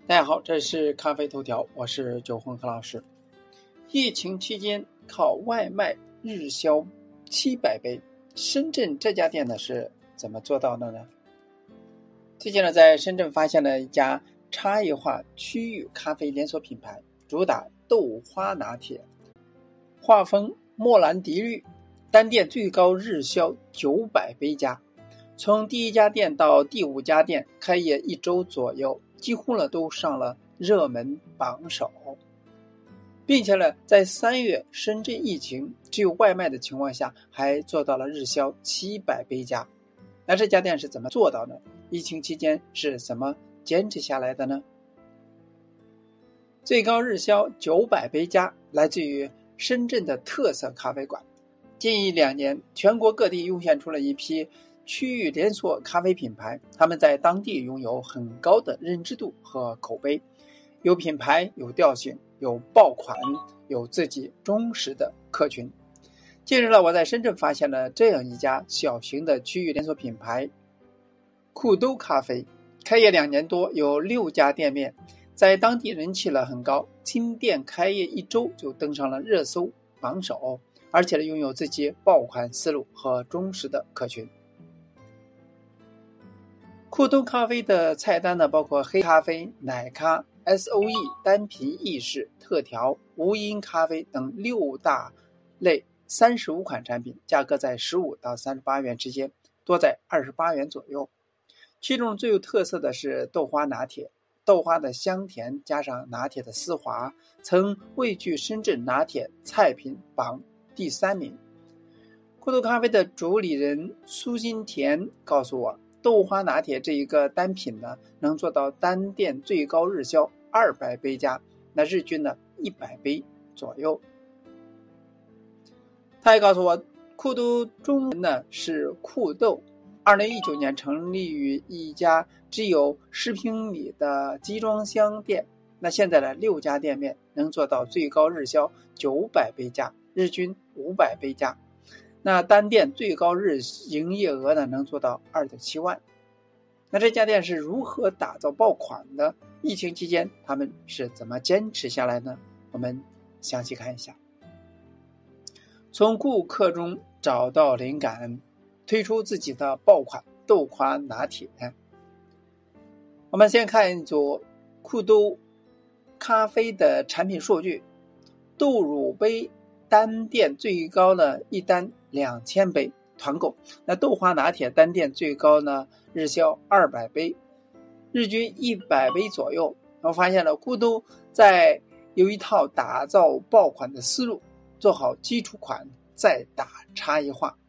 大家好，这是咖啡头条，我是九红何老师。疫情期间靠外卖日销700杯，深圳这家店呢是怎么做到的呢？最近呢，在深圳发现了一家差异化区域咖啡连锁品牌，主打豆花拿铁，画风莫兰迪绿，单店最高日销900杯加。从第一家店到第5家店，开业1周左右，几乎呢都上了热门榜首，并且呢，在3月深圳疫情只有外卖的情况下，还做到了日销700杯加。那这家店是怎么做到的？疫情期间是怎么坚持下来的呢？最高日销900杯加，来自于深圳的特色咖啡馆。近1-2年，全国各地涌现出了一批区域连锁咖啡品牌，他们在当地拥有很高的认知度和口碑，有品牌，有调性，有爆款，有自己忠实的客群。近日呢，我在深圳发现了这样一家小型的区域连锁品牌酷兜咖啡，开业2年多，有6家店面，在当地人气很高，新店开业1周就登上了热搜榜首，而且拥有自己爆款思路和忠实的客群。酷兜咖啡的菜单呢，包括黑咖啡、奶咖、SOE、单品意式、特调、无因咖啡等6大类35款产品，价格在15到38元之间，多在28元左右。其中最有特色的是豆花拿铁，豆花的香甜加上拿铁的丝滑，曾位居深圳拿铁菜品榜第3名。酷兜咖啡的主理人苏新田告诉我，豆花拿铁这一个单品呢，能做到单店最高日销200杯加，那日均呢100杯左右。他也告诉我，酷兜中文呢是酷豆，2019年成立于一家只有10平米的集装箱店，那现在呢6家店面能做到最高日销900杯加，日均500杯加。那单店最高日营业额呢能做到2.7万。那这家店是如何打造爆款的？疫情期间他们是怎么坚持下来呢？我们详细看一下。从顾客中找到灵感，推出自己的爆款豆花拿铁。我们先看一组酷兜咖啡的产品数据。豆乳杯单店最高呢一单2000杯团购，那豆花拿铁单店最高呢日销200杯，日均100杯左右。我发现了酷兜在有一套打造爆款的思路，做好基础款再打差异化。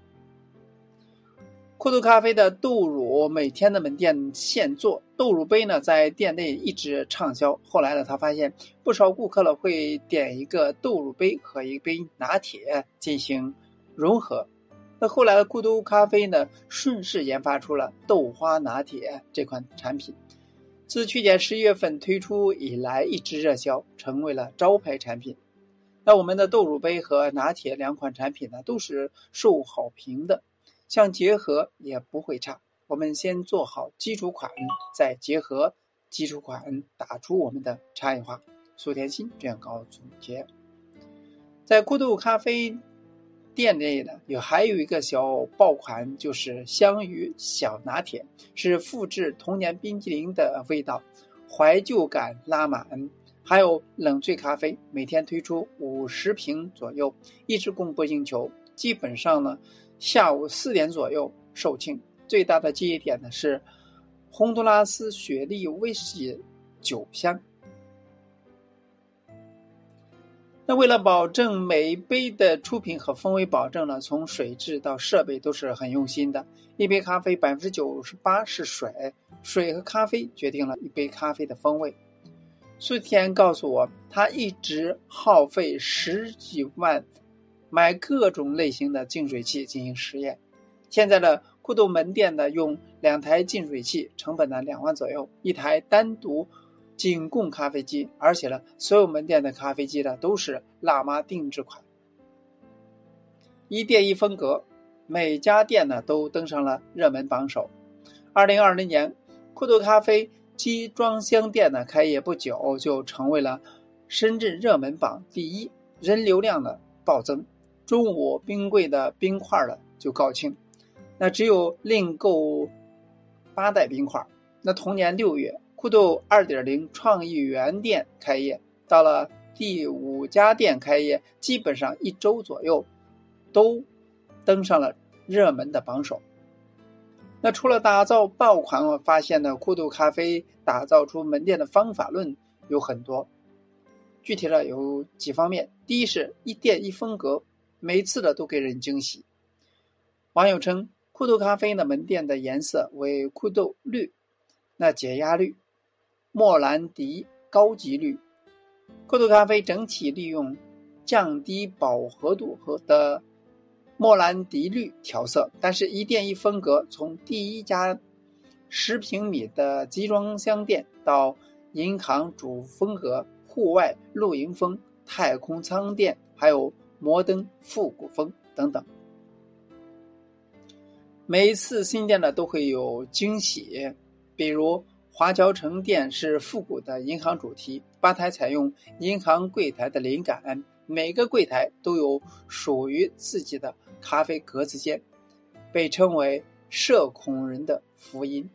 酷兜咖啡的豆乳每天的门店现做，豆乳杯呢在店内一直畅销。后来呢，他发现不少顾客会点一个豆乳杯和一杯拿铁进行融合。那后来的酷兜咖啡呢，顺势研发出了豆花拿铁这款产品，自去年11月份推出以来一直热销，成为了招牌产品。那我们的豆乳杯和拿铁2款产品呢，都是受好评的，相结合也不会差。我们先做好基础款，再结合基础款打出我们的差异化。苏田心这样搞总结。在酷兜咖啡店内呢，还有一个小爆款，就是香芋小拿铁，是复制童年冰激凌的味道，怀旧感拉满。还有冷萃咖啡，每天推出50瓶左右，一直供不应求，基本上呢下午4点左右售罄。最大的记忆点呢是洪都拉斯雪莉威士忌酒香。那为了保证每一杯的出品和风味保证呢，从水质到设备都是很用心的。一杯咖啡 98% 是水，水和咖啡决定了一杯咖啡的风味。苏田告诉我，他一直耗费10几万买各种类型的净水器进行实验。现在的酷兜门店呢，用2台净水器，成本呢2万左右，一台单独仅供咖啡机，而且呢，所有门店的咖啡机呢都是辣妈定制款，一店一风格，每家店呢都登上了热门榜首。2020年，酷兜咖啡集装箱店呢开业不久，就成为了深圳热门榜第一，人流量的暴增。中午冰柜的冰块呢就告罄，那只有另购8袋冰块。那同年6月，酷豆 2.0 创意园店开业，到了第5家店开业，基本上1周左右都登上了热门的榜首。那除了打造爆款，我发现呢，酷豆咖啡打造出门店的方法论有很多，具体的有几方面。第一是一店一风格，每次的都给人惊喜。网友称酷豆咖啡的门店的颜色为酷豆绿、那解压绿、莫兰迪高级绿。酷豆咖啡整体利用降低饱和度和的莫兰迪绿调色，但是一店一风格，从第一家10平米的集装箱店到银行主风格、户外露营风、太空舱店，还有摩登复古风等等。每一次新店呢都会有惊喜，比如华侨城店是复古的银行主题，吧台采用银行柜台的灵感，每个柜台都有属于自己的咖啡格子间，被称为社恐人的福音。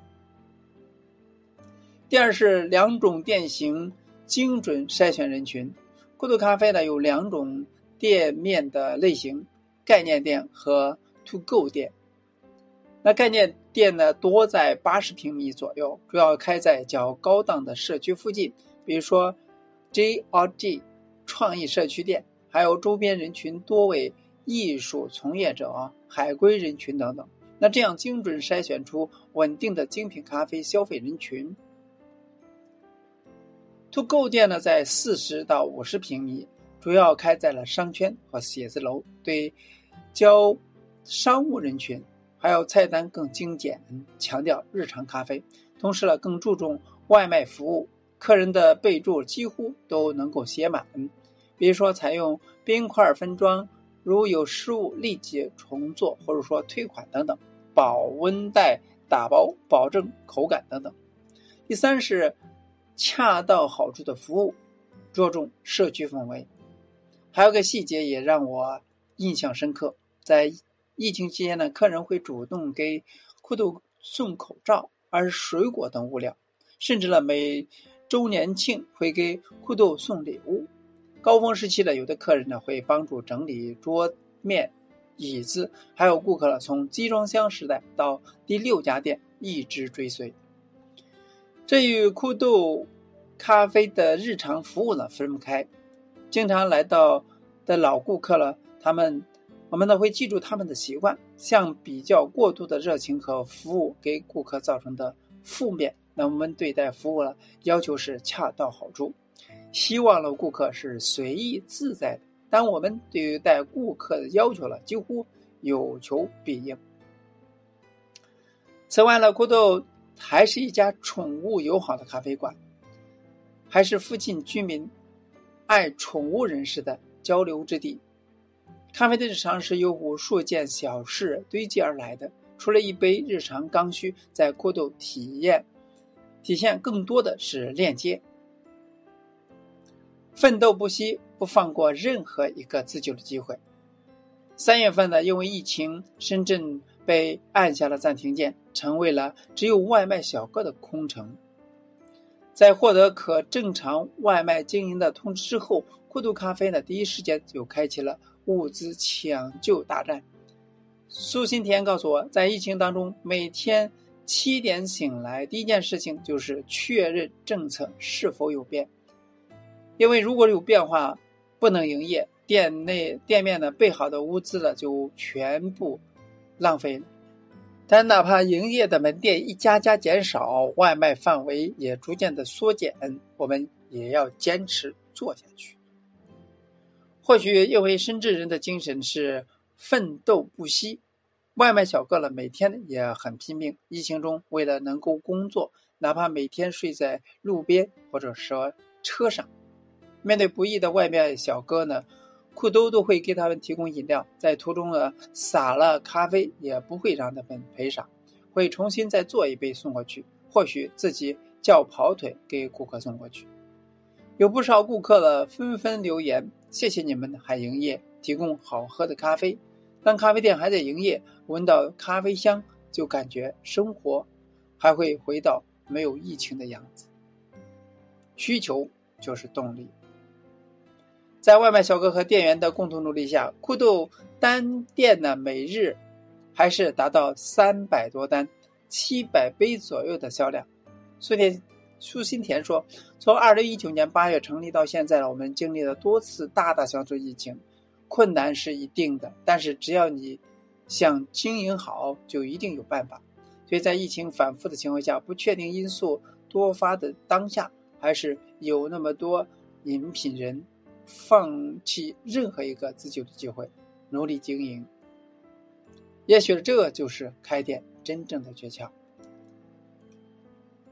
第二是2种店型精准筛选人群。酷豆咖啡呢有2种店面的类型，概念店和 To Go 店。那概念店呢多在80平米左右，主要开在较高档的社区附近，比如说 JRG 创意社区店，还有周边人群多为艺术从业者、海归人群等等。那这样精准筛选出稳定的精品咖啡消费人群。To Go 店呢在40到50平米，主要开在了商圈和写字楼，对较商务人群，还有菜单更精简，强调日常咖啡，同时呢更注重外卖服务，客人的备注几乎都能够写满，比如说采用冰块分装，如有失误立即重做或者说退款等等，保温袋打包保证口感等等。第三是恰到好处的服务，着重社区氛围。还有个细节也让我印象深刻，在疫情期间呢，客人会主动给酷豆送口罩、而水果等物料，甚至呢每周年庆会给酷豆送礼物。高峰时期呢，有的客人呢会帮助整理桌面、椅子，还有顾客从集装箱时代到第6家店一直追随。这与酷豆咖啡的日常服务呢分不开。经常来到的老顾客了，我们呢会记住他们的习惯，像比较过度的热情和服务给顾客造成的负面，那我们对待服务了要求是恰到好处，希望了顾客是随意自在的，但我们对待顾客的要求了几乎有求必应。此外呢，酷豆还是一家宠物友好的咖啡馆，还是附近居民爱宠物人士的交流之地。咖啡的日常是由无数件小事堆积而来的，除了一杯日常刚需，在酷豆体现更多的是链接。奋斗不息，不放过任何一个自救的机会。3月份呢，因为疫情，深圳被按下了暂停键，成为了只有外卖小哥的空城。在获得可正常外卖经营的通知之后，酷豆咖啡呢第一时间就开启了物资抢救大战。苏新田告诉我，在疫情当中，每天7点醒来，第一件事情就是确认政策是否有变，因为如果有变化不能营业，店面的备好的物资了就全部浪费了。但哪怕营业的门店一家家减少，外卖范围也逐渐的缩减，我们也要坚持做下去。或许因为深圳人的精神是奋斗不息，外卖小哥了每天也很拼命，疫情中为了能够工作，哪怕每天睡在路边或者说车上。面对不易的外卖小哥呢，酷豆都会给他们提供饮料，在途中呢洒了咖啡也不会让他们赔偿，会重新再做一杯送过去，或许自己叫跑腿给顾客送过去。有不少顾客了纷纷留言，谢谢你们还营业，提供好喝的咖啡。当咖啡店还在营业，闻到咖啡香，就感觉生活还会回到没有疫情的样子。需求就是动力。在外卖小哥和店员的共同努力下，酷豆单店呢每日还是达到300多单，700杯左右的销量。苏新田说，从2019年8月成立到现在，我们经历了多次大小的疫情，困难是一定的，但是只要你想经营好，就一定有办法。所以在疫情反复的情况下，不确定因素多发的当下，还是有那么多饮品人放弃任何一个自救的机会，努力经营。也许这就是开店真正的诀窍。